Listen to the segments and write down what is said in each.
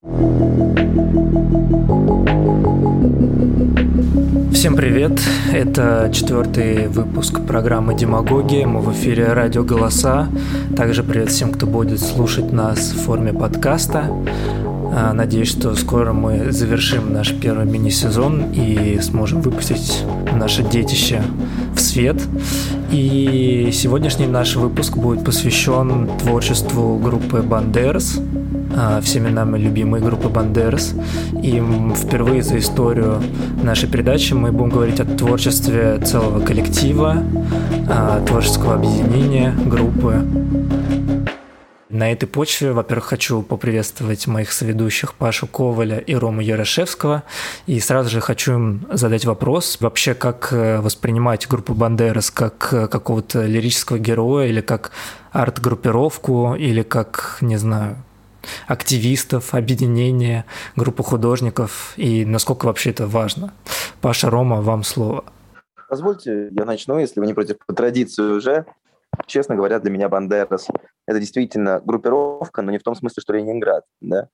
Всем привет! Это 4-й выпуск программы «Демагогия». Мы в эфире «Радио Голоса». Также привет всем, кто будет слушать нас в форме подкаста. Надеюсь, что скоро мы завершим наш первый мини-сезон и сможем выпустить наше детище в свет. И сегодняшний наш выпуск будет посвящен творчеству группы Бандерас, всеми нами любимой группы Бандерас. И впервые за историю нашей передачи мы будем говорить о творчестве целого коллектива, творческого объединения, группы. На этой почве, во-первых, хочу поприветствовать моих соведущих Пашу Коваля и Рому Ярошевского. И сразу же хочу им задать вопрос, вообще как воспринимать группу Бандерас, как какого-то лирического героя, или как арт-группировку, или как, не знаю, активистов, объединения, группу художников, и насколько вообще это важно. Паша, Рома, вам слово. Позвольте, я начну, если вы не против, по традиции уже. Честно говоря, для меня Бандерас — это действительно группировка, но не в том смысле, что Ленинград. Да?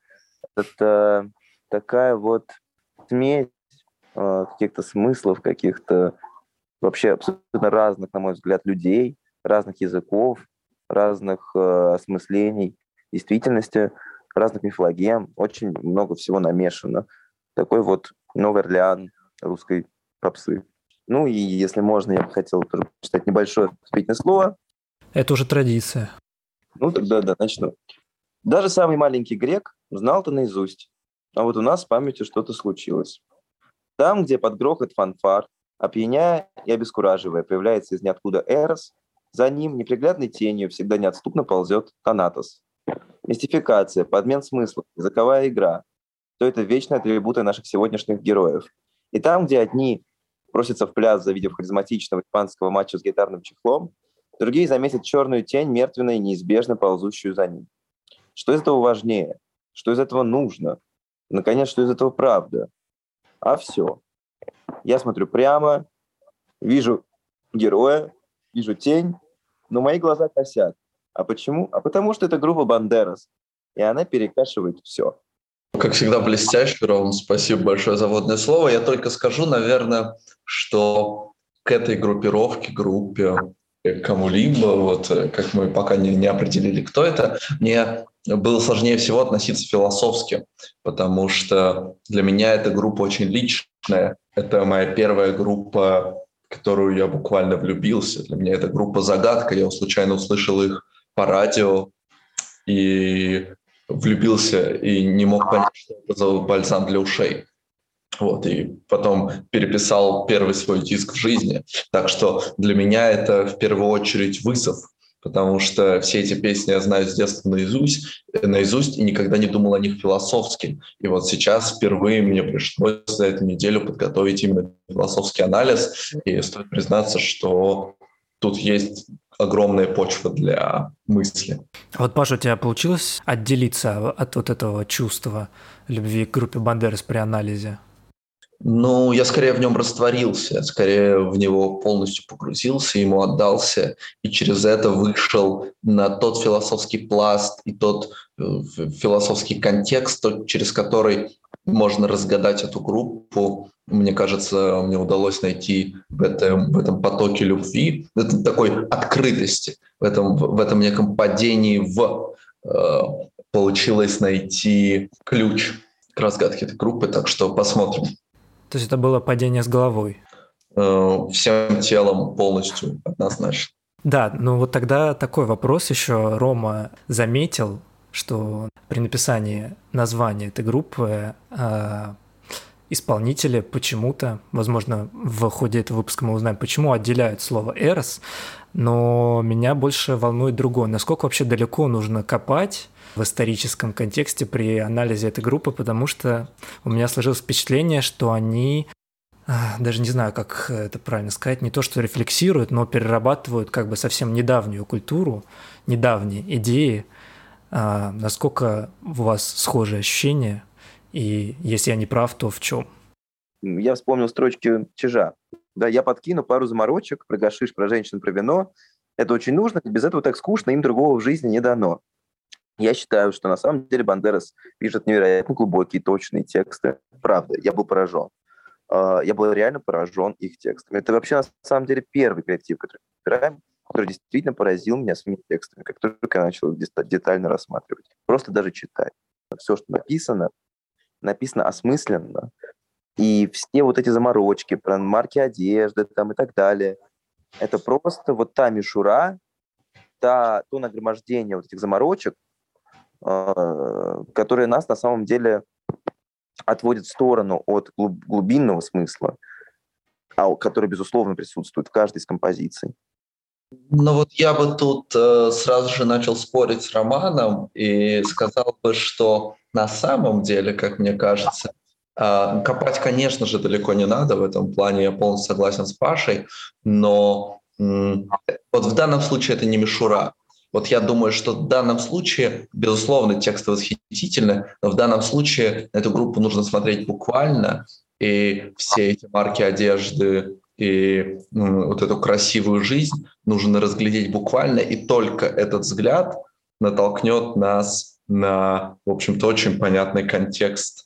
Это такая вот смесь каких-то смыслов, каких-то вообще абсолютно разных, на мой взгляд, людей, разных языков, разных осмыслений действительности, разных мифологем. Очень много всего намешано. Такой вот Новый Орлеан русской попсы. Ну и, если можно, я бы хотел тоже прочитать небольшое вступительное слово. Это уже традиция. Ну тогда да, начну. Даже самый маленький грек знал-то наизусть. А вот у нас с памятью что-то случилось. Там, где под грохот фанфар, опьяняя и обескураживая, появляется из ниоткуда Эрос, за ним неприглядной тенью всегда неотступно ползет Танатос. Мистификация, подмен смыслов, языковая игра – все это вечные атрибуты наших сегодняшних героев. И там, где одни просятся в пляс, завидев харизматичного испанского мачо с гитарным чехлом, другие заметят черную тень, мертвенно и неизбежно ползущую за ним. Что из этого важнее? Что из этого нужно? Наконец, что из этого правда? А все. Я смотрю прямо, вижу героя, вижу тень, но мои глаза косят. А почему? А потому что это группа Бандерас, и она перекашивает все. Как всегда, блестяще, Ром. Спасибо большое за вводное слово. Я только скажу, наверное, что к этой группе, кому-либо, вот как мы пока не определили, кто это, мне было сложнее всего относиться философски, потому что для меня эта группа очень личная. Это моя первая группа, в которую я буквально влюбился. Для меня это группа «Загадка». Я случайно услышал их по радио и влюбился, и не мог понять, что это за бальзам для ушей. Вот, и потом переписал первый свой диск в жизни. Так что для меня это в первую очередь вызов, потому что все эти песни я знаю с детства наизусть и никогда не думал о них философски. И вот сейчас впервые мне пришлось за эту неделю подготовить именно философский анализ, и стоит признаться, что тут есть огромная почва для мысли. Вот, Паша, у тебя получилось отделиться от вот этого чувства любви к группе Бандерас при анализе? Ну, я скорее в нем растворился, скорее в него полностью погрузился, ему отдался, и через это вышел на тот философский пласт и тот философский контекст, через который можно разгадать эту группу. Мне кажется, мне удалось найти в этом потоке любви, в этом такой открытости, в этом неком падении получилось найти ключ к разгадке этой группы, так что посмотрим. То есть это было падение с головой? Всем телом полностью, однозначно. Да, ну вот тогда такой вопрос еще. Рома заметил, что при написании названия этой группы исполнители почему-то, возможно, в ходе этого выпуска мы узнаем, почему отделяют слово «эрос», но меня больше волнует другое. Насколько вообще далеко нужно копать в историческом контексте при анализе этой группы, потому что у меня сложилось впечатление, что они, даже не знаю, как это правильно сказать, не то что рефлексируют, но перерабатывают как бы совсем недавнюю культуру, недавние идеи. Насколько у вас схожие ощущения, и если я не прав, то в чем? Я вспомнил строчки Чижа. Да, я подкину пару заморочек про гашиш, про женщин, про вино. Это очень нужно, без этого так скучно, им другого в жизни не дано. Я считаю, что на самом деле Бандерас пишет невероятно глубокие, точные тексты. Правда, я был поражен. Я был реально поражен их текстами. Это вообще на самом деле первый коллектив, который мы выбираем, который действительно поразил меня своими текстами, как только я начал их детально рассматривать. Просто даже читать. Все, что написано осмысленно. И все вот эти заморочки про марки одежды там, и так далее, это просто вот та мишура, то нагромождение вот этих заморочек, которые нас на самом деле отводят в сторону от глубинного смысла, который, безусловно, присутствует в каждой из композиций. Ну вот я бы тут сразу же начал спорить с Романом и сказал бы, что на самом деле, как мне кажется, копать, конечно же, далеко не надо в этом плане, я полностью согласен с Пашей, но вот в данном случае это не мишура. Вот я думаю, что в данном случае, безусловно, тексты восхитительны, но в данном случае эту группу нужно смотреть буквально, и все эти марки одежды и вот эту красивую жизнь нужно разглядеть буквально, и только этот взгляд натолкнет нас на, в общем-то, очень понятный контекст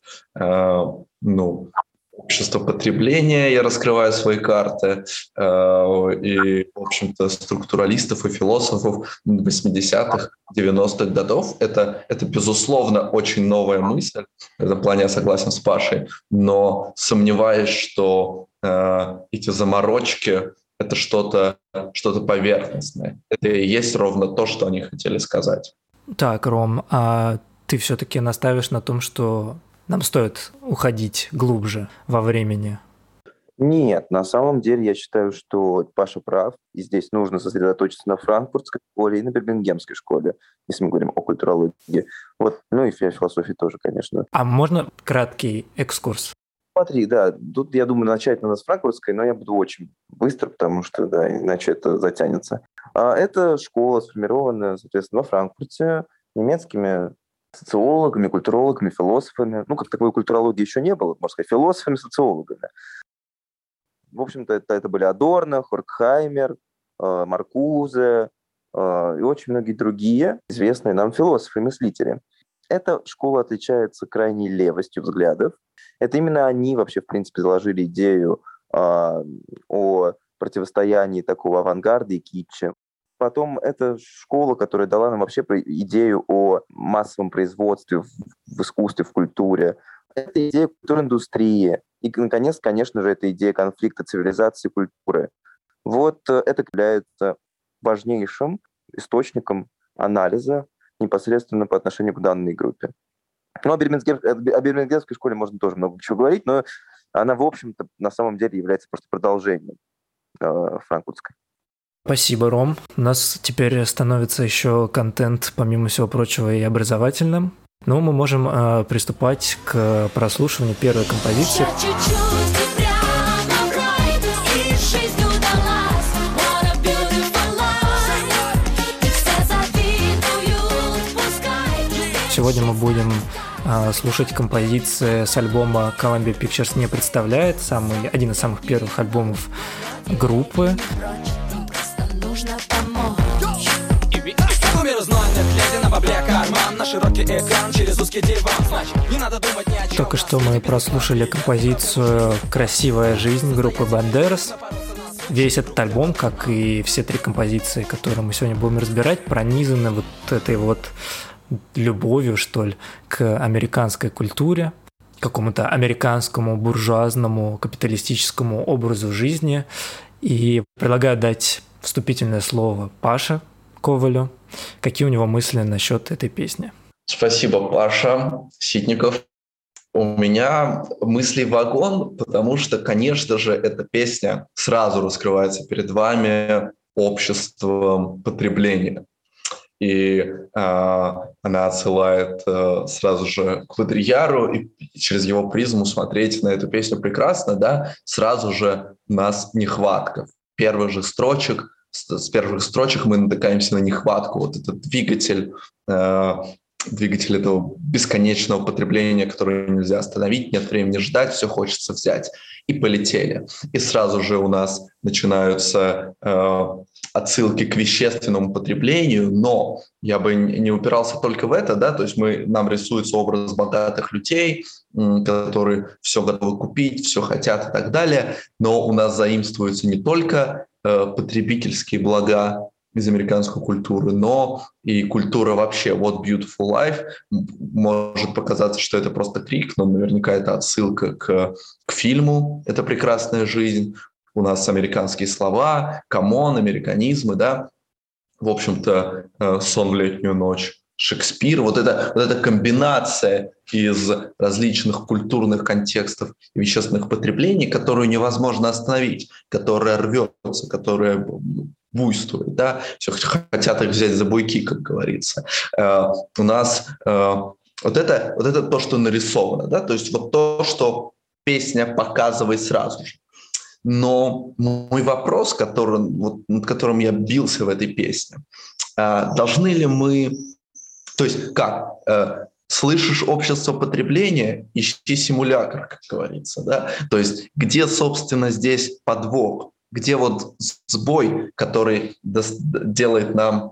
общества потребления, я раскрываю свои карты, и, в общем-то, структуралистов и философов 80-х, 90-х годов. Это, безусловно, очень новая мысль. В этом плане я согласен с Пашей, но сомневаюсь, что эти заморочки — это что-то поверхностное. Это и есть ровно то, что они хотели сказать. Так, Ром, а ты все-таки наставишь на том, что нам стоит уходить глубже во времени? Нет, на самом деле я считаю, что Паша прав, и здесь нужно сосредоточиться на франкфуртской школе и на бирмингемской школе, если мы говорим о культурологии. Вот, ну и философии тоже, конечно. А можно краткий экскурс? Смотри, да, тут, я думаю, начать надо с франкфуртской, но я буду очень быстро, потому что, да, иначе это затянется. Это школа, сформированная, соответственно, во Франкфурте немецкими социологами, культурологами, философами. Ну, как таковой культурологии еще не было, можно сказать, философами, социологами. В общем-то, это были Адорно, Хоркхаймер, Маркузе и очень многие другие известные нам философы и мыслители. Эта школа отличается крайней левостью взглядов. Это именно они вообще, в принципе, заложили идею о противостоянии такого авангарда и китча. Потом это школа, которая дала нам вообще идею о массовом производстве в искусстве, в культуре. Это идея культурной индустрии. И, наконец, конечно же, это идея конфликта цивилизации и культуры. Вот это является важнейшим источником анализа непосредственно по отношению к данной группе. Ну, о бирмингемской школе можно тоже много чего говорить, но она, в общем-то, на самом деле является просто продолжением франкфуртской. Спасибо, Ром. У нас теперь становится еще контент, помимо всего прочего, и образовательным. Но мы можем приступать к прослушиванию первой композиции. Сегодня мы будем слушать композиции с альбома Columbia Pictures не представляет, один из самых первых альбомов группы. Только что мы прослушали композицию «Красивая жизнь» группы Бандерас. Весь этот альбом, как и все три композиции, которые мы сегодня будем разбирать, пронизаны вот этой вот любовью, что ли, к американской культуре, к какому-то американскому буржуазному капиталистическому образу жизни. И предлагаю дать вступительное слово Паше Ковалю. Какие у него мысли насчет этой песни? Спасибо, Паша Ситников. У меня мыслей вагон, потому что, конечно же, эта песня сразу раскрывается перед вами обществом потребления. И она отсылает сразу же к Бодрьяру, и через его призму смотреть на эту песню прекрасно, да, сразу же у нас нехватка. С первых строчек мы натыкаемся на нехватку. Вот этот двигатель двигатель этого бесконечного потребления, которое нельзя остановить, нет времени ждать, все хочется взять. И полетели. И сразу же у нас начинаются отсылки к вещественному потреблению, но я бы не упирался только в это, да, то есть нам рисуется образ богатых людей, которые все готовы купить, все хотят и так далее, но у нас заимствуются не только потребительские блага из американской культуры, но и культура вообще. Вот Beautiful Life может показаться, что это просто крик, но наверняка это отсылка к фильму «Это прекрасная жизнь». У нас американские слова, камон, американизмы, да. В общем-то, «Сон в летнюю ночь», Шекспир. Вот эта комбинация из различных культурных контекстов и вещественных потреблений, которую невозможно остановить, которая рвется, которая буйствует, да, все хотят их взять за буйки, как говорится. У нас вот это то, что нарисовано, да, то есть вот то, что песня показывает сразу же. Но мой вопрос, над которым я бился в этой песне, должны ли мы, то есть как, слышишь общество потребления, ищи симулятор, как говорится, да, то есть где, собственно, здесь подвох? Где вот сбой, который делает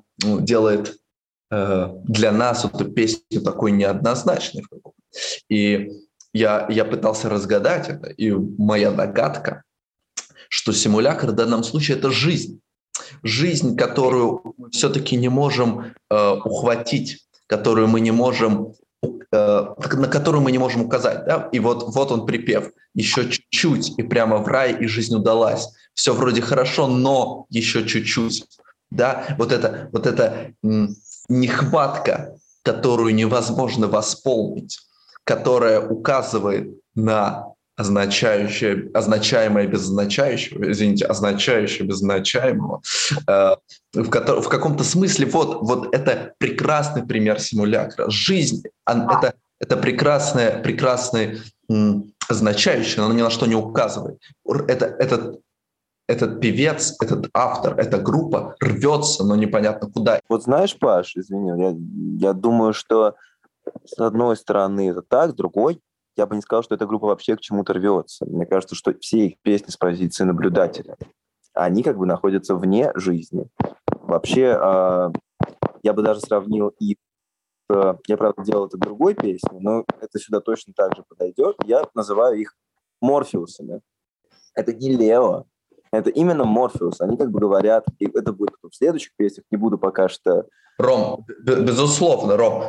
для нас эту песню такой неоднозначной. И я пытался разгадать это, и моя догадка, что симулятор в данном случае — это жизнь. Жизнь, которую мы все-таки не можем ухватить, которую мы не можем, на которую мы не можем указать. Да? И вот он припев. Еще чуть-чуть, и прямо в рай, и жизнь удалась. Все вроде хорошо, но еще чуть-чуть. Да? Вот эта нехватка, которую невозможно восполнить, которая указывает на означаемое без означающего, извините, означающее без означаемого, в каком-то смысле вот это прекрасный пример симулятора. Жизнь — это прекрасный означающий, но ни на что не указывает. Этот певец, этот автор, эта группа рвется, но непонятно куда. Вот знаешь, Паш, извини, я думаю, что с одной стороны это так, с другой я бы не сказал, что эта группа вообще к чему-то рвется. Мне кажется, что все их песни с позиции наблюдателя, они как бы находятся вне жизни. Вообще, я бы даже сравнил их. Я, правда, делал это другой песней, но это сюда точно так же подойдет. Я называю их Морфеусами. Это не Лео, это именно Морфеус. Они как бы говорят, и это будет в следующих песнях, не буду пока что... Ром, безусловно, Ром,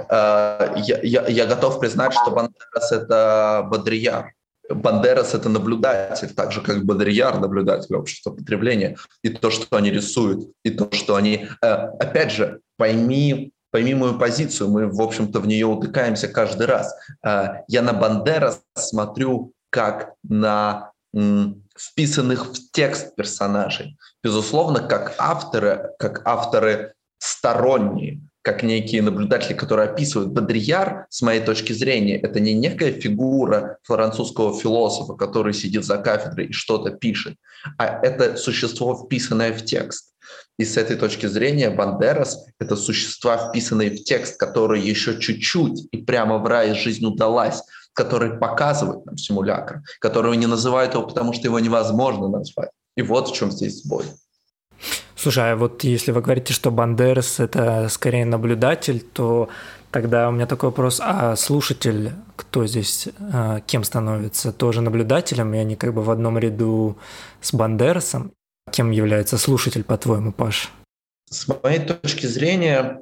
я готов признать, что Бандерас — это Бодрияр. Бандерас — это наблюдатель, так же, как Бодрияр — наблюдатель общества потребления. И то, что они рисуют, и то, что они... Опять же, пойми мою позицию, мы, в общем-то, в нее утыкаемся каждый раз. Я на Бандерас смотрю как на вписанных в текст персонажей. Безусловно, как авторы сторонние, как некие наблюдатели, которые описывают. Бодрияр, с моей точки зрения, это не некая фигура французского философа, который сидит за кафедрой и что-то пишет, а это существо, вписанное в текст. И с этой точки зрения Бандерас — это существа, вписанные в текст, которые еще чуть-чуть и прямо в рай жизнь удалась, который показывает нам симулятор, которого не называют его, потому что его невозможно назвать. И вот в чем здесь сбой. Слушай, а вот если вы говорите, что Бандерас — это скорее наблюдатель, то тогда у меня такой вопрос, а слушатель кто здесь, кем становится? Тоже наблюдателем, и они как бы в одном ряду с Бандерасом? Кем является слушатель, по-твоему, Паш? С моей точки зрения,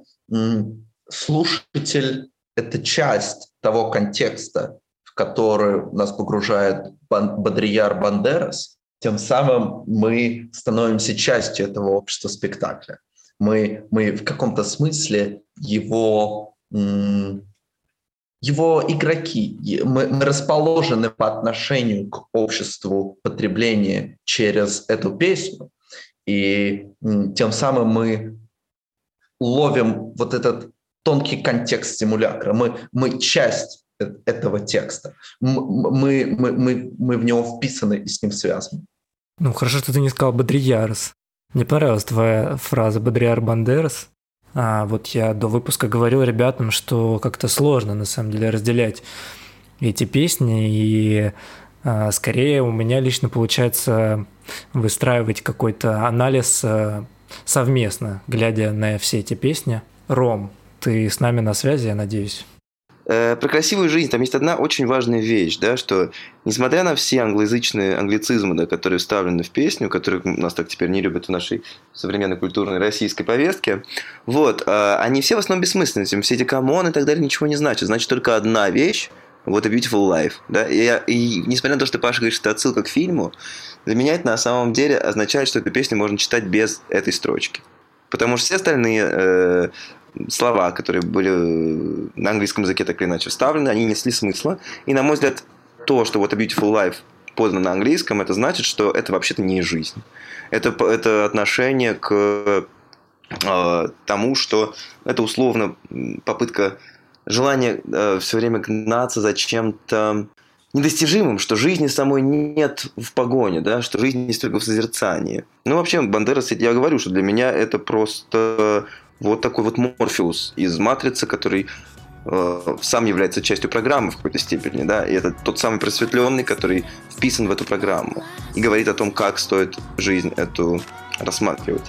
слушатель — это часть того контекста, в который нас погружает Бодрияр Бандерас. Тем самым мы становимся частью этого общества спектакля. Мы в каком-то смысле его игроки. Мы расположены по отношению к обществу потребления через эту песню. И тем самым мы ловим вот этот тонкий контекст симулятора. Мы часть этого текста. Мы в него вписаны и с ним связаны. Ну, хорошо, что ты не сказал Бодрияр. Мне понравилась твоя фраза Бодрияр Бандерас. Вот я до выпуска говорил ребятам, что как-то сложно на самом деле разделять эти песни, и скорее у меня лично получается выстраивать какой-то анализ совместно, глядя на все эти песни. Ром, ты с нами на связи, я надеюсь? Про красивую жизнь там есть одна очень важная вещь, да, что несмотря на все англоязычные англицизмы, да, которые вставлены в песню, которые нас так теперь не любят в нашей современной культурной российской повестке, они все в основном бессмысленны. Все эти камон и так далее ничего не значат. Значит только одна вещь, вот A Beautiful Life. Да? И несмотря на то, что Паша говорит, что это отсылка к фильму, для меня это на самом деле означает, что эту песню можно читать без этой строчки. Потому что все остальные слова, которые были на английском языке так или иначе вставлены, они несли смысла. И, на мой взгляд, то, что вот A Beautiful Life подано на английском, это значит, что это вообще-то не жизнь. Это отношение к тому, что это условно попытка, желание все время гнаться за чем-то недостижимым, что жизни самой нет в погоне, да, что жизнь есть только в созерцании. Ну, вообще, Бандерас, я говорю, что для меня это просто вот такой вот Морфеус из «Матрицы», который сам является частью программы в какой-то степени, да, и это тот самый просветленный, который вписан в эту программу и говорит о том, как стоит жизнь эту рассматривать.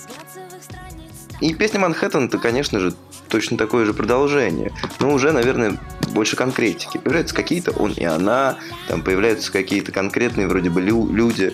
И песня «Манхэттен» — это, конечно же, точно такое же продолжение, но уже, наверное, больше конкретики. Появляются какие-то он и она, там появляются какие-то конкретные вроде бы люди.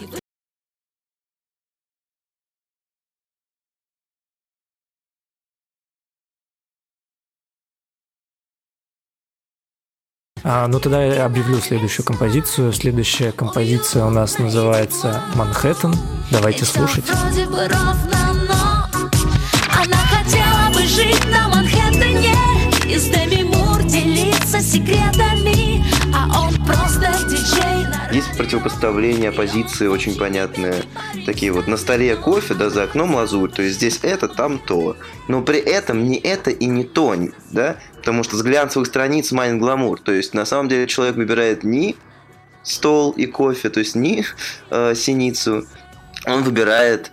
Ну тогда я объявлю следующую композицию. Следующая композиция у нас называется «Манхэттен». Давайте слушать. Вроде бы ровно, но она хотела бы жить на Манхэттене и с Деми Мур делиться секретами, а он просто диджей. Есть противопоставление, оппозиции очень понятные. Такие вот: на столе кофе, да, за окном лазурь. То есть здесь это, там то. Но при этом не это и не то, да? Потому что с глянцевых страниц майнинг гламур. То есть на самом деле человек выбирает не стол и кофе, то есть не синицу. Он выбирает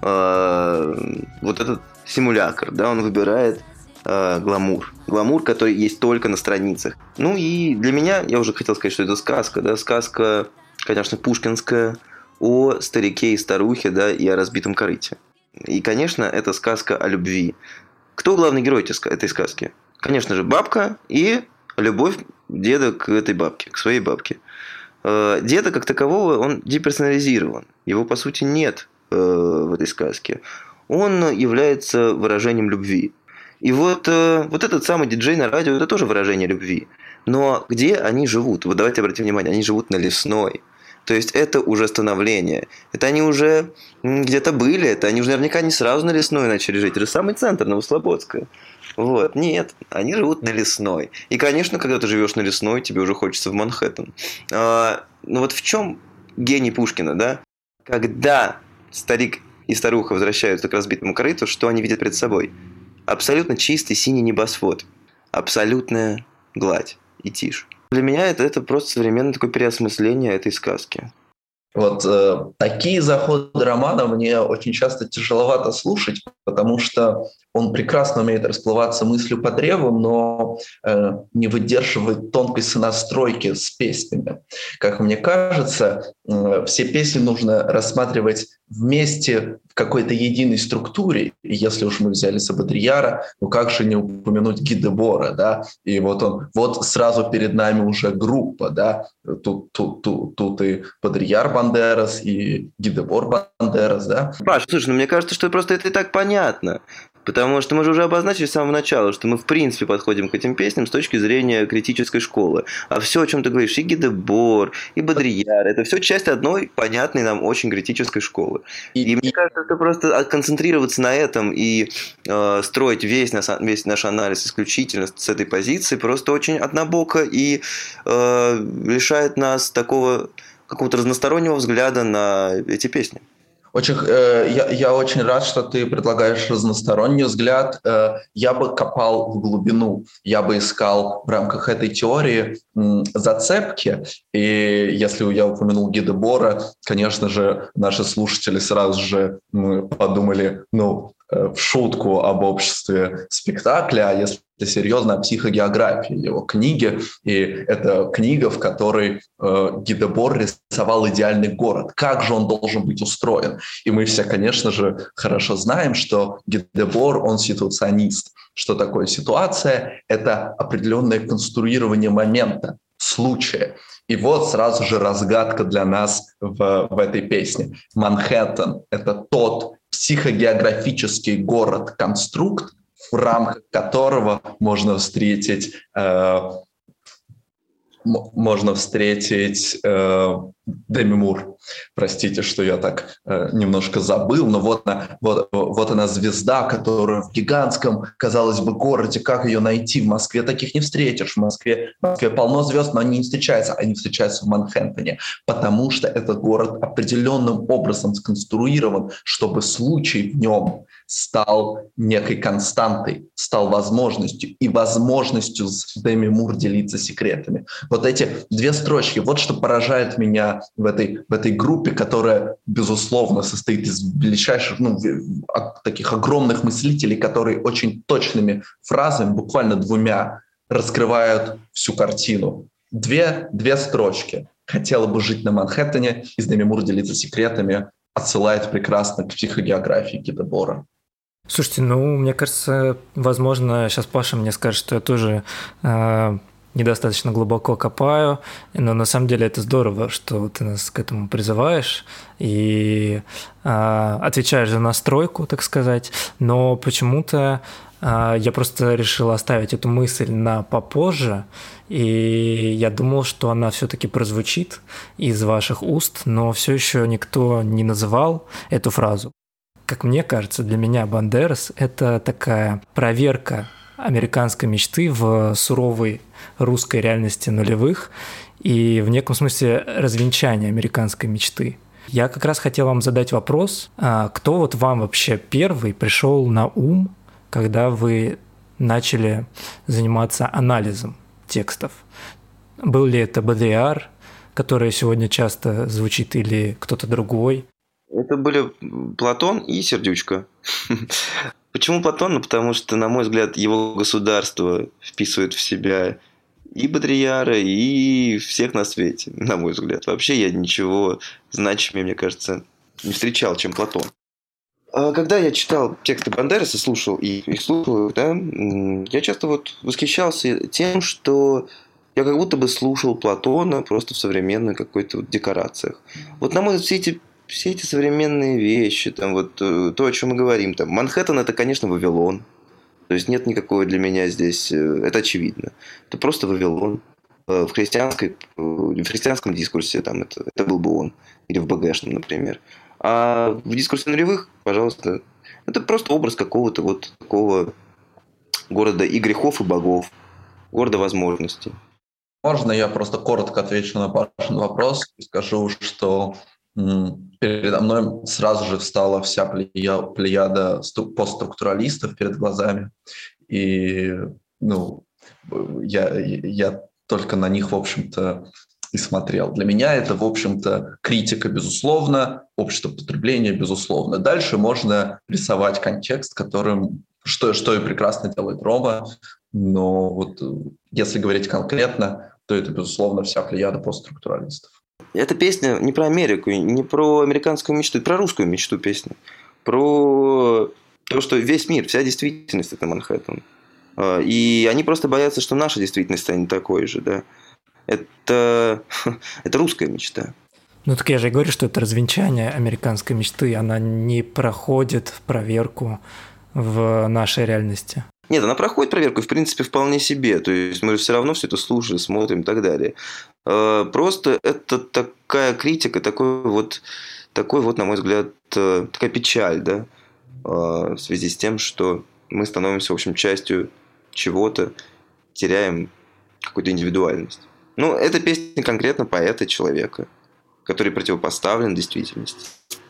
вот этот симулякр, да, он выбирает гламур. Гламур, который есть только на страницах. Ну и для меня, я уже хотел сказать, что это сказка, да, сказка, конечно, пушкинская, о старике и старухе, да, и о разбитом корыте. И, конечно, это сказка о любви. Кто главный герой этой сказки? Конечно же, бабка и любовь деда к этой бабке, к своей бабке. Деда, как такового, он деперсонализирован. Его, по сути, нет в этой сказке. Он является выражением любви. И вот этот самый диджей на радио – это тоже выражение любви. Но где они живут? Вот давайте обратим внимание, они живут на Лесной. То есть это уже становление. Это они уже где-то были, это они уже наверняка не сразу на Лесной начали жить. Это же самый центр, Новослободская. Вот. Нет, они живут на Лесной. И, конечно, когда ты живешь на Лесной, тебе уже хочется в Манхэттен. Но вот в чем гений Пушкина, да? Когда старик и старуха возвращаются к разбитому корыту, что они видят перед собой? Абсолютно чистый синий небосвод. Абсолютная гладь и тишь. Для меня это просто современное такое переосмысление этой сказки. Вот такие заходы романа мне очень часто тяжеловато слушать, потому что он прекрасно умеет расплываться мыслью по древу, но не выдерживает тонкой сонастройки с песнями. Как мне кажется, все песни нужно рассматривать вместе в какой-то единой структуре. И если уж мы взяли Сабадрияра, ну как же не упомянуть Ги Дебора, да? И вот сразу перед нами уже группа, да? Тут и Бодрияр Бандерас, и Ги Дебор Бандерас, да? Паш, слушай, мне кажется, что просто это и так понятно. Потому что мы же уже обозначили с самого начала, что мы в принципе подходим к этим песням с точки зрения критической школы. А все, о чем ты говоришь, и Ги Дебор, и Бодрияр, это все часть одной понятной нам очень критической школы. И мне кажется, что просто концентрироваться на этом и строить весь наш анализ исключительно с этой позиции просто очень однобоко и лишает нас такого какого-то разностороннего взгляда на эти песни. Я очень рад, что ты предлагаешь разносторонний взгляд. Я бы копал в глубину, я бы искал в рамках этой теории зацепки. И если я упомянул Ги Дебора, конечно же, наши слушатели сразу же подумали, в шутку об обществе спектакля, а если серьезно, о психогеографии его книги. И это книга, в которой Ги Дебор рисовал идеальный город. Как же он должен быть устроен? И мы все, конечно же, хорошо знаем, что Ги Дебор, он ситуационист. Что такое ситуация? Это определенное конструирование момента, случая. И вот сразу же разгадка для нас в этой песне. Манхэттен — это тот психогеографический город-конструкт, в рамках которого можно встретить Деми Мур. Простите, что я так немножко забыл, но вот она звезда, которая в гигантском, казалось бы, городе. Как ее найти? В Москве таких не встретишь. В Москве полно звезд, но они не встречаются. Они встречаются в Манхэттене, потому что этот город определенным образом сконструирован, чтобы случай в нем стал некой константой, стал возможностью, и возможностью с Деми Мур делиться секретами. Вот эти две строчки, вот что поражает меня в этой группе, которая, безусловно, состоит из величайших, таких огромных мыслителей, которые очень точными фразами, буквально двумя, раскрывают всю картину. Две строчки. «Хотела бы жить на Манхэттене», и с Деми Мур делиться секретами, отсылает прекрасно к психогеографии Ги Дебора. Слушайте, мне кажется, возможно, сейчас Паша мне скажет, что я тоже недостаточно глубоко копаю, но на самом деле это здорово, что ты нас к этому призываешь и отвечаешь за настройку, так сказать, но почему-то я просто решил оставить эту мысль на попозже, и я думал, что она все-таки прозвучит из ваших уст, но все еще никто не называл эту фразу. Как мне кажется, для меня Бандерас — это такая проверка американской мечты в суровой русской реальности нулевых и в неком смысле развенчание американской мечты. Я как раз хотел вам задать вопрос, кто вот вам вообще первый пришел на ум, когда вы начали заниматься анализом текстов? Был ли это Бодрияр, который сегодня часто звучит, или кто-то другой? Это были Платон и Сердючка. Почему Платон? Потому что, на мой взгляд, его государство вписывает в себя и Бодрияра, и всех на свете, на мой взгляд. Вообще я ничего значимее, мне кажется, не встречал, чем Платон. Когда я читал тексты Бандераса, слушал их, да, я часто восхищался тем, что я как будто бы слушал Платона просто в современной какой-то декорациях. На мой взгляд, все эти современные вещи, то, о чем мы говорим, Манхэттен — это, конечно, Вавилон. То есть нет никакого для меня здесь, это очевидно. Это просто Вавилон. В христианском дискурсе это был бы он. Или в БГшном, например. А в дискурсе нулевых, пожалуйста, это просто образ какого-то такого города и грехов, и богов. Города возможностей. Можно я просто коротко отвечу на Пашин вопрос и скажу, что передо мной сразу же встала вся плеяда постструктуралистов перед глазами. И я только на них, в общем-то, и смотрел. Для меня это, в общем-то, критика, безусловно, общество потребления, безусловно. Дальше можно рисовать контекст, которым что и прекрасно делает Рома. Но если говорить конкретно, то это, безусловно, вся плеяда постструктуралистов. Эта песня не про Америку, не про американскую мечту, это про русскую мечту песня. Про то, что весь мир, вся действительность — это Манхэттен. И они просто боятся, что наша действительность станет такой же, да. Это русская мечта. Так я же и говорю, что это развенчание американской мечты, она не проходит проверку в нашей реальности. Нет, она проходит проверку, в принципе, вполне себе. То есть мы все равно все это слушаем, смотрим и так далее. Просто это такая критика, такой, на мой взгляд, такая печаль, да, в связи с тем, что мы становимся, в общем, частью чего-то, теряем какую-то индивидуальность. Это песня конкретно поэта, человека, который противопоставлен действительности.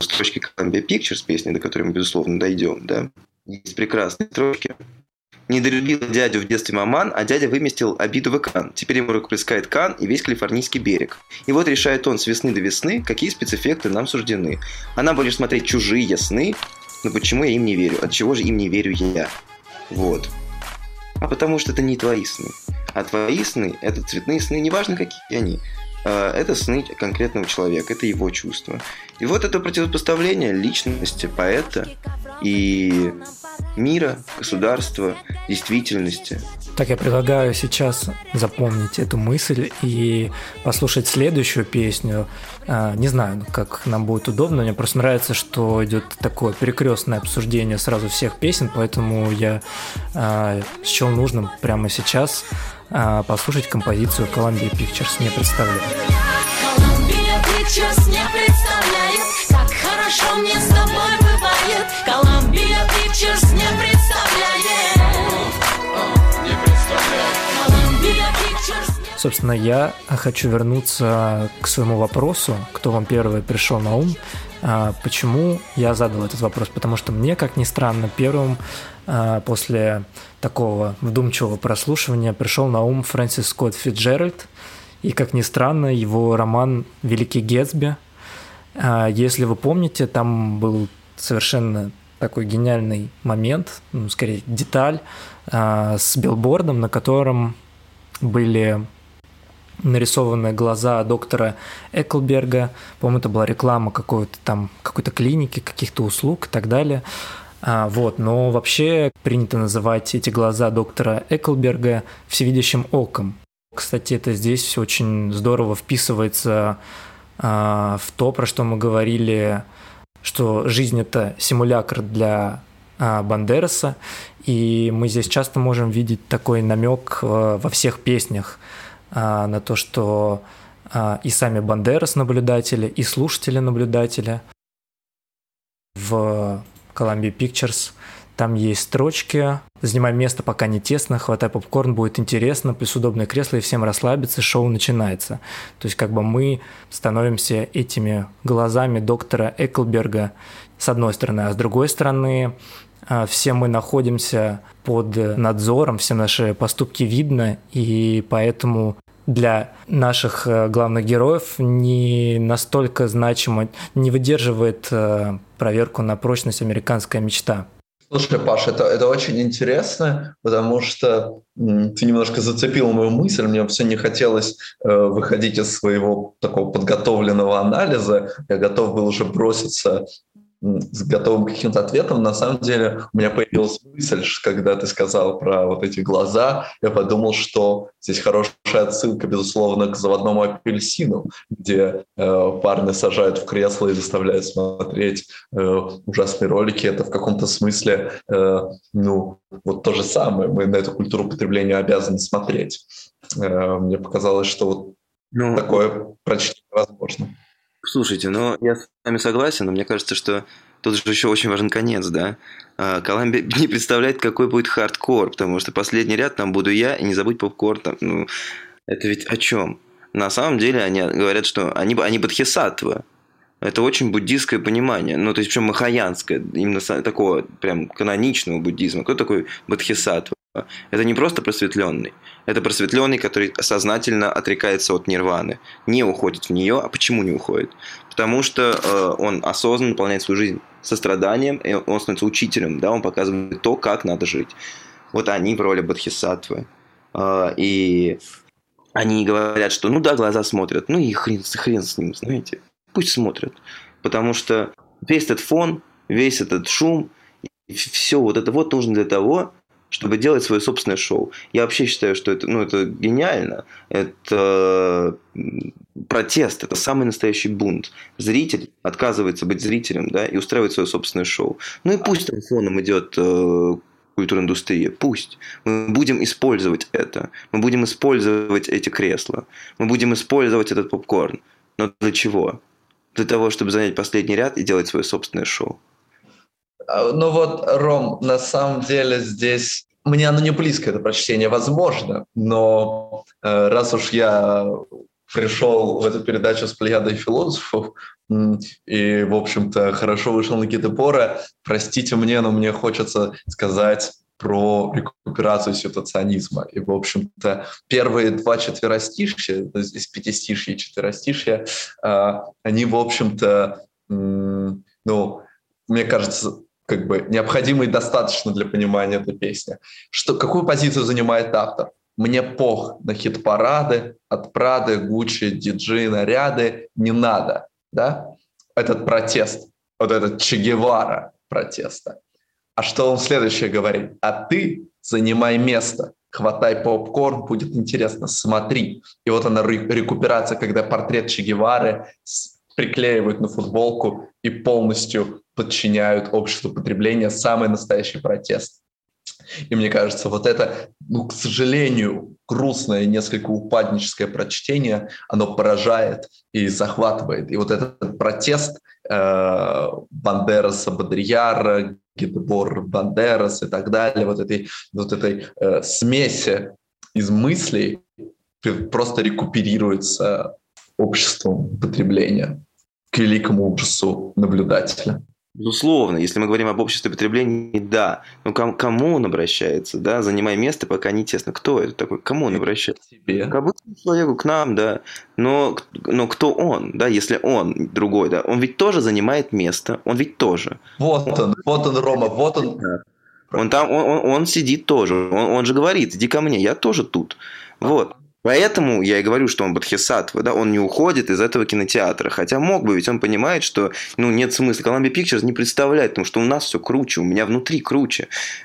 строчки Columbia Pictures, песни, до которой мы, безусловно, дойдем, да, есть прекрасные строчки. «Недолюбила дядю в детстве маман, а дядя выместил обиду в экран. Теперь ему рукоплескает Кан и весь Калифорнийский берег. И вот решает он с весны до весны, какие спецэффекты нам суждены. А нам бы лишь смотреть чужие сны, но почему я им не верю? От чего же им не верю я?» Вот. А потому что это не твои сны. А твои сны – это цветные сны, неважно, какие они. Это сны конкретного человека, это его чувства. И вот это противопоставление личности поэта и мира, государства, действительности. Так, я предлагаю сейчас запомнить эту мысль и послушать следующую песню. Не знаю, как нам будет удобно, мне просто нравится, что идет такое перекрестное обсуждение сразу всех песен, поэтому я счел нужным прямо сейчас послушать композицию Columbia Pictures «Не представляю». Columbia Pictures не представляет, как хорошо мне с тобой бывает. Columbia Pictures не представляет. Columbia Pictures. Собственно, я хочу вернуться к своему вопросу, кто вам первый пришел на ум. Почему я задал этот вопрос? Потому что мне, как ни странно, первым после такого вдумчивого прослушивания пришел на ум Фрэнсис Скотт Фитджеральд, и, как ни странно, его роман «Великий Гэтсби». Если вы помните, там был совершенно такой гениальный момент, скорее деталь, с билбордом, на котором были нарисованы глаза доктора Эклберга. По-моему, это была реклама какой-то клиники, каких-то услуг и так далее. Но вообще принято называть эти глаза доктора Эклберга всевидящим оком. Кстати, это здесь очень здорово вписывается в то, про что мы говорили, что жизнь – это симулякр для Бандераса, и мы здесь часто можем видеть такой намек во всех песнях на то, что и сами Бандерас наблюдатели, и слушатели наблюдатели. В Columbia Pictures там есть строчки: «Занимай место, пока не тесно, хватай попкорн, будет интересно, плюс удобное кресло, и всем расслабиться, шоу начинается». То есть мы становимся этими глазами доктора Эклберга с одной стороны, а с другой стороны все мы находимся под надзором, все наши поступки видно, и поэтому для наших главных героев не настолько значимо, не выдерживает проверку на прочность американская мечта. Слушай, Паш, это очень интересно, потому что ты немножко зацепил мою мысль, мне все не хотелось выходить из своего такого подготовленного анализа, я готов был уже броситься с готовым каким-то ответом. На самом деле у меня появилась мысль, когда ты сказал про вот эти глаза, я подумал, что здесь хорошая отсылка, безусловно, к «Заводному апельсину», где парня сажают в кресло и заставляют смотреть ужасные ролики. Это в каком-то смысле вот то же самое. Мы на эту культуру потребления обязаны смотреть. Мне показалось, что такое прочтение возможно. Слушайте, я с вами согласен, но мне кажется, что тут же еще очень важен конец, да. Columbia не представляет, какой будет хардкор, потому что последний ряд там буду я, и не забудь попкорн. Это ведь о чем? На самом деле они говорят, что они бодхисаттвы. Это очень буддийское понимание, то есть причем махаянское, именно такого прям каноничного буддизма. Кто такой бодхисаттва? Это не просто просветленный, это просветленный, который сознательно отрекается от нирваны, не уходит в нее. А почему не уходит? Потому что он осознанно наполняет свою жизнь состраданием, и он становится учителем, да, он показывает то, как надо жить. Вот они в роли бодхисаттвы. И они говорят, что глаза смотрят, и хрен с ним, знаете, пусть смотрят. Потому что весь этот фон, весь этот шум, все вот это вот нужно для того, чтобы делать свое собственное шоу. Я вообще считаю, что это гениально. Это протест, это самый настоящий бунт. Зритель отказывается быть зрителем, да, и устраивает свое собственное шоу. И пусть там фоном идет культурная индустрия, пусть. Мы будем использовать это. Мы будем использовать эти кресла. Мы будем использовать этот попкорн. Но для чего? Для того, чтобы занять последний ряд и делать свое собственное шоу. Ром, на самом деле здесь мне оно не близко, это прочтение, возможно, но раз уж я пришел в эту передачу с плеядой философов и, в общем-то, хорошо вышел на Гидебора. Простите мне, но мне хочется сказать про рекуперацию ситуационизма. И, в общем-то, первые два четверостишья, то есть из пятистишья и четверостишья, они, в общем-то, мне кажется, как бы необходимы и достаточно для понимания этой песни. Какую позицию занимает автор? Мне пох на хит-парады, от Прады, Гуччи, диджи, наряды, не надо. Да? Этот протест, вот этот Че Гевара протеста. А что он следующее говорит? А ты занимай место, хватай попкорн, будет интересно, смотри. И вот она рекуперация, когда портрет Че Гевары приклеивают на футболку и полностью подчиняют обществу потребления, самый настоящий протест. И мне кажется, вот это, к сожалению, грустное, несколько упадническое прочтение, оно поражает и захватывает. И вот этот протест Бандераса, Бодрияра, Гидебор, Бандерас и так далее, вот этой смеси из мыслей просто рекуперируется обществом потребления к великому ужасу наблюдателя. Безусловно, если мы говорим об обществе потребления, да. Но кому он обращается, да? Занимай место, пока не тесно. Кто это такой? Кому он обращается? К тебе. К обычному человеку, к нам, да. Но кто он, да? Если он другой, да? Он ведь тоже занимает место. Он ведь тоже. Вот он, Рома, вот он. Он сидит тоже. Он же говорит, иди ко мне, я тоже тут. Вот. Поэтому я и говорю, что он бодхисаттва, да, он не уходит из этого кинотеатра, хотя мог бы, ведь он понимает, что нет смысла. Columbia Pictures не представляет, потому что у нас все круче, у меня внутри круче.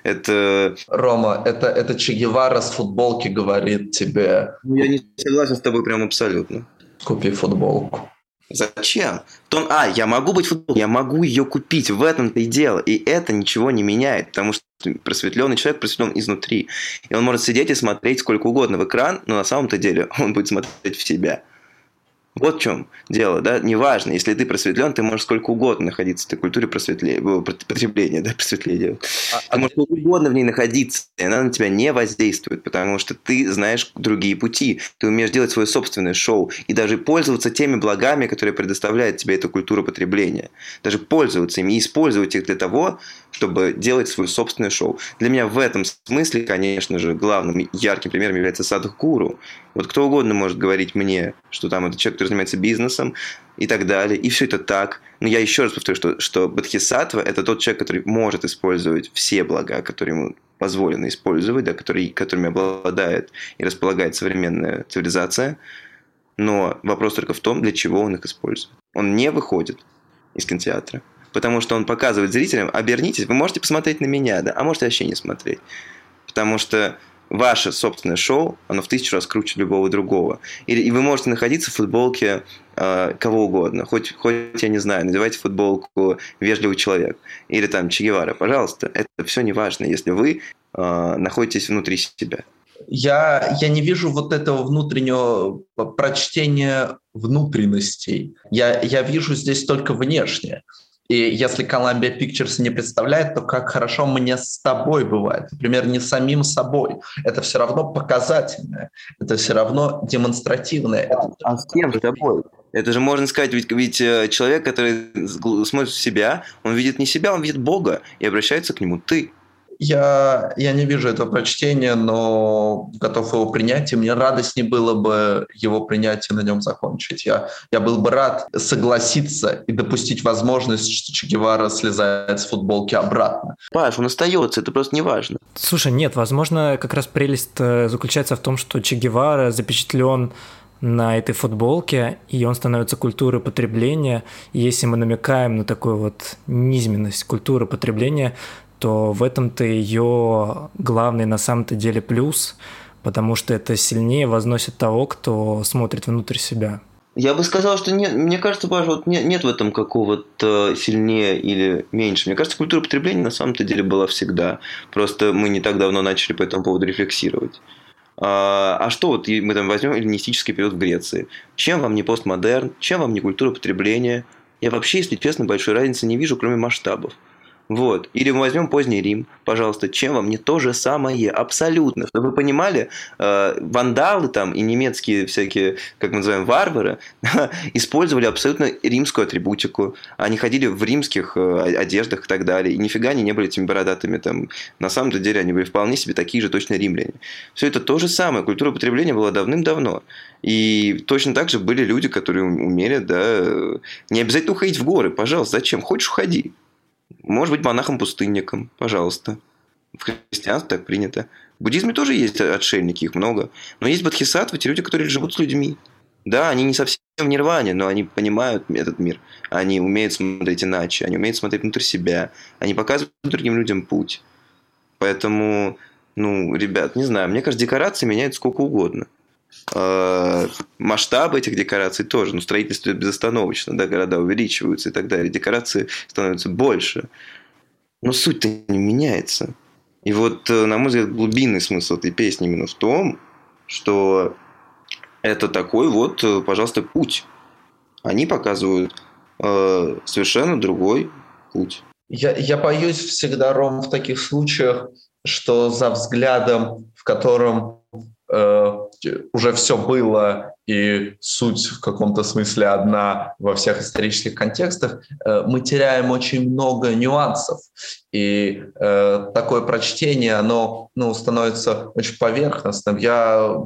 Рома, это Че Гевара с футболки говорит тебе. Я не согласен с тобой прям абсолютно. Купи футболку. Зачем? Я могу быть футболкой, я могу ее купить, в этом-то и дело. И это ничего не меняет, потому что просветленный человек просветлен изнутри. И он может сидеть и смотреть сколько угодно в экран, но на самом-то деле он будет смотреть в себя. Вот в чем дело, да, неважно, если ты просветлен, ты можешь сколько угодно находиться в этой культуре потребления, да, просветления. Ты можешь сколько угодно в ней находиться, и она на тебя не воздействует, потому что ты знаешь другие пути, ты умеешь делать свое собственное шоу и даже пользоваться теми благами, которые предоставляет тебе эта культура потребления. Даже пользоваться ими и использовать их для того, чтобы делать свое собственное шоу. Для меня в этом смысле, конечно же, главным ярким примером является Садхгуру. Вот кто угодно может говорить мне, что там это человек, который занимается бизнесом и так далее, и все это так. Но я еще раз повторю, что бодхисаттва – это тот человек, который может использовать все блага, которые ему позволено использовать, да, которыми обладает и располагает современная цивилизация. Но вопрос только в том, для чего он их использует. Он не выходит из кинотеатра, потому что он показывает зрителям: обернитесь, вы можете посмотреть на меня, да, а можете вообще не смотреть. Потому что ваше собственное шоу, оно в 1000 раз круче любого другого. И вы можете находиться в футболке кого угодно. Хоть, я не знаю, надевайте футболку «Вежливый человек» или там Че Гевара. Пожалуйста, это все не важно, если вы находитесь внутри себя. Я не вижу вот этого внутреннего прочтения внутренностей. Я вижу здесь только внешнее. И если Columbia Pictures не представляет, то как хорошо мне с тобой бывает. Например, не самим собой. Это все равно показательное. Это все равно демонстративное. А с кем с тобой? Это же можно сказать, ведь человек, который смотрит в себя, он видит не себя, он видит Бога и обращается к нему ты. Я не вижу этого прочтения, но готов его принять, и мне радостнее было бы его принять и на нем закончить. Я был бы рад согласиться и допустить возможность, что Че Гевара слезает с футболки обратно. Паш, он остается, это просто не важно. Слушай, нет, возможно, как раз прелесть заключается в том, что Че Гевара запечатлен на этой футболке, и он становится культурой потребления. И если мы намекаем на такую вот низменность культуры потребления, то в этом-то ее главный на самом-то деле плюс, потому что это сильнее возносит того, кто смотрит внутрь себя. Я бы сказал, что нет, мне кажется, Паша, вот нет в этом какого-то сильнее или меньше. Мне кажется, культура потребления на самом-то деле была всегда. Просто мы не так давно начали по этому поводу рефлексировать. А что вот мы там возьмем эллинистический период в Греции? Чем вам не постмодерн? Чем вам не культура потребления? Я вообще, если честно, большой разницы не вижу, кроме масштабов. Вот. Или мы возьмем поздний Рим, пожалуйста, чем вам не то же самое, абсолютно. Чтобы вы понимали, вандалы там и немецкие всякие, как мы называем, варвары, использовали абсолютно римскую атрибутику. Они ходили в римских одеждах и так далее. И нифига они не были этими бородатыми там. На самом деле они были вполне себе такие же точно римляне. Все это то же самое. Культура потребления была давным-давно. И точно так же были люди, которые умели, да, не обязательно уходить в горы, пожалуйста, зачем? Хочешь, уходи. Может быть, монахом-пустынником, пожалуйста. В христианстве так принято. В буддизме тоже есть отшельники, их много. Но есть бодхисаттвы, те люди, которые живут с людьми. Да, они не совсем в нирване, но они понимают этот мир. Они умеют смотреть иначе, они умеют смотреть внутрь себя. Они показывают другим людям путь. Поэтому, ребят, не знаю, мне кажется, декорации меняют сколько угодно. Масштабы этих декораций тоже. Строительство безостановочно, да, города увеличиваются и так далее. Декорации становятся больше. Но суть-то не меняется. И вот, на мой взгляд, глубинный смысл этой песни именно в том, что это такой вот, пожалуйста, путь. Они показывают совершенно другой путь. Я боюсь всегда, Ром, в таких случаях, что за взглядом, в котором уже все было, и суть в каком-то смысле одна во всех исторических контекстах, мы теряем очень много нюансов. И такое прочтение, оно становится очень поверхностным. Я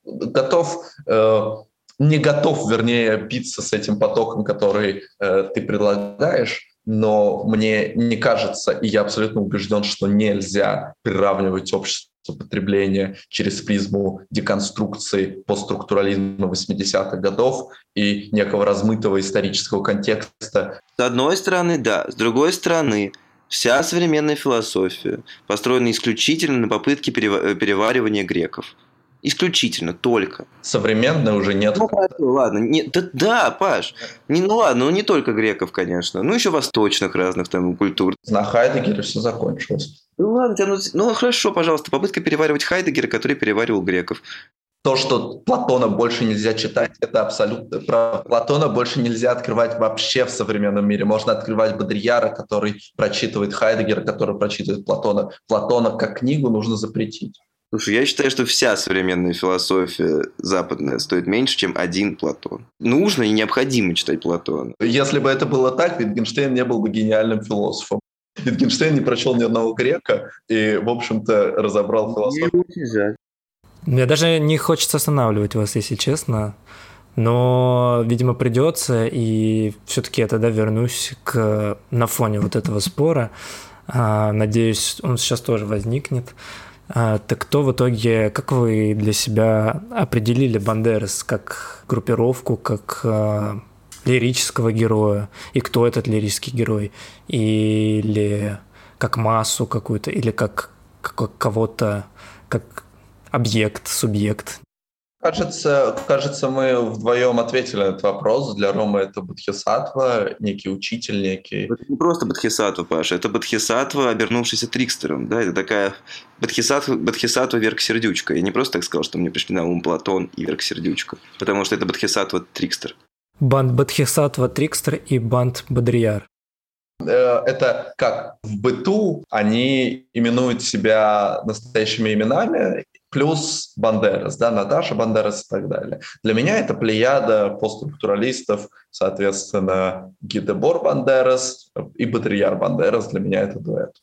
не готов, вернее, биться с этим потоком, который ты предлагаешь, но мне не кажется, и я абсолютно убежден, что нельзя приравнивать общество потребления через призму деконструкции постструктурализма 80-х годов и некого размытого исторического контекста. С одной стороны, да. С другой стороны, вся современная философия построена исключительно на попытке переваривания греков. Исключительно, только. Современной уже нет. Ладно. Да, Паш. Не только греков, конечно. Еще восточных разных там культур. На Хайдегере все закончилось. Ладно, хорошо, пожалуйста. Попытка переваривать Хайдегера, который переваривал греков. То, что Платона больше нельзя читать, это абсолютно правда. Платона больше нельзя открывать вообще в современном мире. Можно открывать Бодрияра, который прочитывает Хайдегера, который прочитывает Платона. Платона как книгу нужно запретить. Слушай, я считаю, что вся современная философия западная стоит меньше, чем один Платон. Нужно и необходимо читать Платона. Если бы это было так, Wittgenstein не был бы гениальным философом. Wittgenstein не прочел ни одного грека и, в общем-то, разобрал философию. Мне даже не хочется останавливать вас, если честно, но, видимо, придется, и все-таки я тогда вернусь на фоне вот этого спора. Надеюсь, он сейчас тоже возникнет. Так кто в итоге, как вы для себя определили Бандерас как группировку, как лирического героя, и кто этот лирический герой, или как массу какую-то, или как кого-то, как объект, субъект? Кажется, мы вдвоем ответили на этот вопрос. Для Ромы это бодхисаттва, некий учитель, некий... Это не просто бодхисаттва, Паша, это бодхисаттва, обернувшийся трикстером. Да? Это такая бодхисаттва Верк-Сердючка. Я не просто так сказал, что мне пришли на ум Платон и Верк-Сердючка, потому что это бодхисаттва Трикстер. Банд бодхисаттва Трикстер и банд Бодрияр. Это как в быту они именуют себя настоящими именами, плюс Бандерас, да, Наташа Бандерас и так далее. Для меня это плеяда постструктуралистов, соответственно, Гидебор Бандерас и Бодрияр Бандерас. Для меня это дуэт.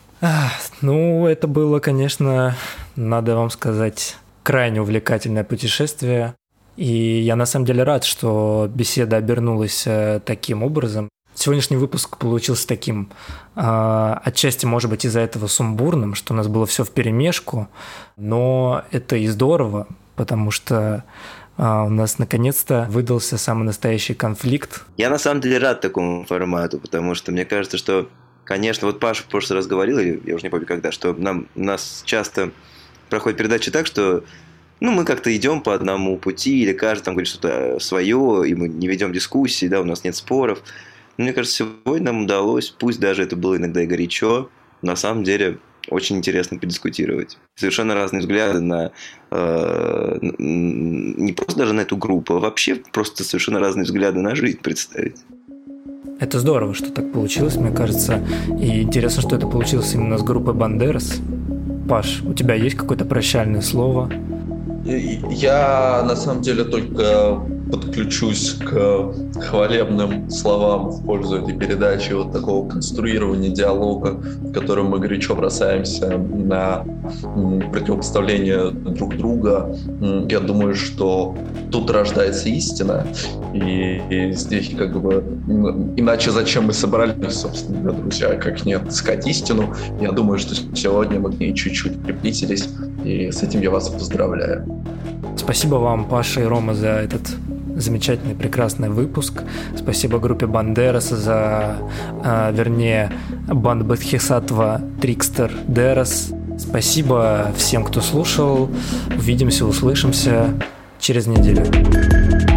Это было, конечно, надо вам сказать, крайне увлекательное путешествие. И я на самом деле рад, что беседа обернулась таким образом. Сегодняшний выпуск получился таким, отчасти, может быть, из-за этого сумбурным, что у нас было все вперемешку, но это и здорово, потому что у нас наконец-то выдался самый настоящий конфликт. Я на самом деле рад такому формату, потому что мне кажется, что, конечно, вот Паша в прошлый раз говорил, я уже не помню когда, что у нас часто проходит передача так, что мы как-то идем по одному пути, или каждый там говорит что-то свое, и мы не ведем дискуссии, да, у нас нет споров. Мне кажется, сегодня нам удалось, пусть даже это было иногда и горячо, на самом деле очень интересно подискутировать. Совершенно разные взгляды на... не просто даже на эту группу, а вообще просто совершенно разные взгляды на жизнь представить. Это здорово, что так получилось, мне кажется. И интересно, что это получилось именно с группой Бандерас. Паш, у тебя есть какое-то прощальное слово? Я, на самом деле, только подключусь к хвалебным словам в пользу этой передачи, вот такого конструирования диалога, в котором мы горячо бросаемся на противопоставление друг друга. Я думаю, что тут рождается истина, и здесь как бы иначе зачем мы собрались, собственно, друзья, как не отыскать истину. Я думаю, что сегодня мы к ней чуть-чуть приблизились, и с этим я вас поздравляю. Спасибо вам, Паша и Рома, за этот замечательный, прекрасный выпуск. Спасибо группе Бандерас за, банд Бодхисаттва Трикстер Дерас. Спасибо всем, кто слушал. Увидимся, услышимся через неделю.